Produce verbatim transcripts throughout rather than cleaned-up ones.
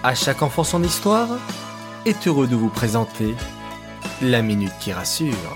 À chaque enfant son histoire est heureux de vous présenter la Minute qui rassure.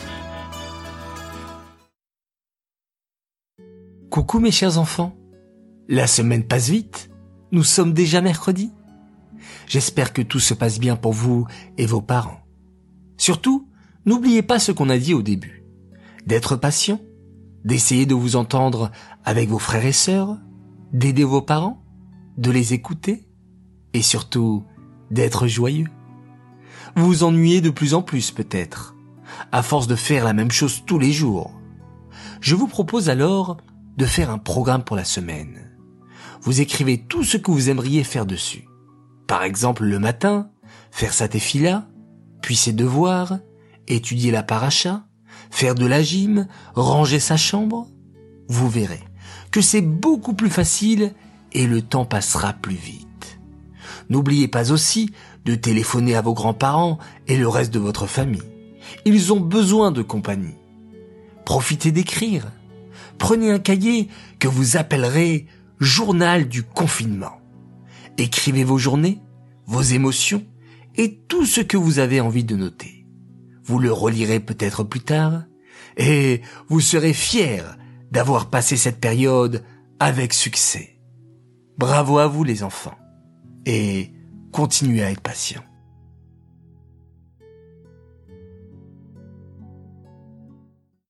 Coucou mes chers enfants, la semaine passe vite, nous sommes déjà mercredi. J'espère que tout se passe bien pour vous et vos parents. Surtout, n'oubliez pas ce qu'on a dit au début, d'être patient, d'essayer de vous entendre avec vos frères et sœurs, d'aider vos parents, de les écouter et surtout d'être joyeux. Vous vous ennuyez de plus en plus peut-être, à force de faire la même chose tous les jours. Je vous propose alors de faire un programme pour la semaine. Vous écrivez tout ce que vous aimeriez faire dessus. Par exemple, le matin, faire sa tefila, puis ses devoirs, étudier la paracha, faire de la gym, ranger sa chambre. Vous verrez que c'est beaucoup plus facile et le temps passera plus vite. N'oubliez pas aussi de téléphoner à vos grands-parents et le reste de votre famille. Ils ont besoin de compagnie. Profitez d'écrire. Prenez un cahier que vous appellerez « Journal du confinement ». Écrivez vos journées, vos émotions et tout ce que vous avez envie de noter. Vous le relirez peut-être plus tard et vous serez fiers d'avoir passé cette période avec succès. Bravo à vous les enfants et continuez à être patients.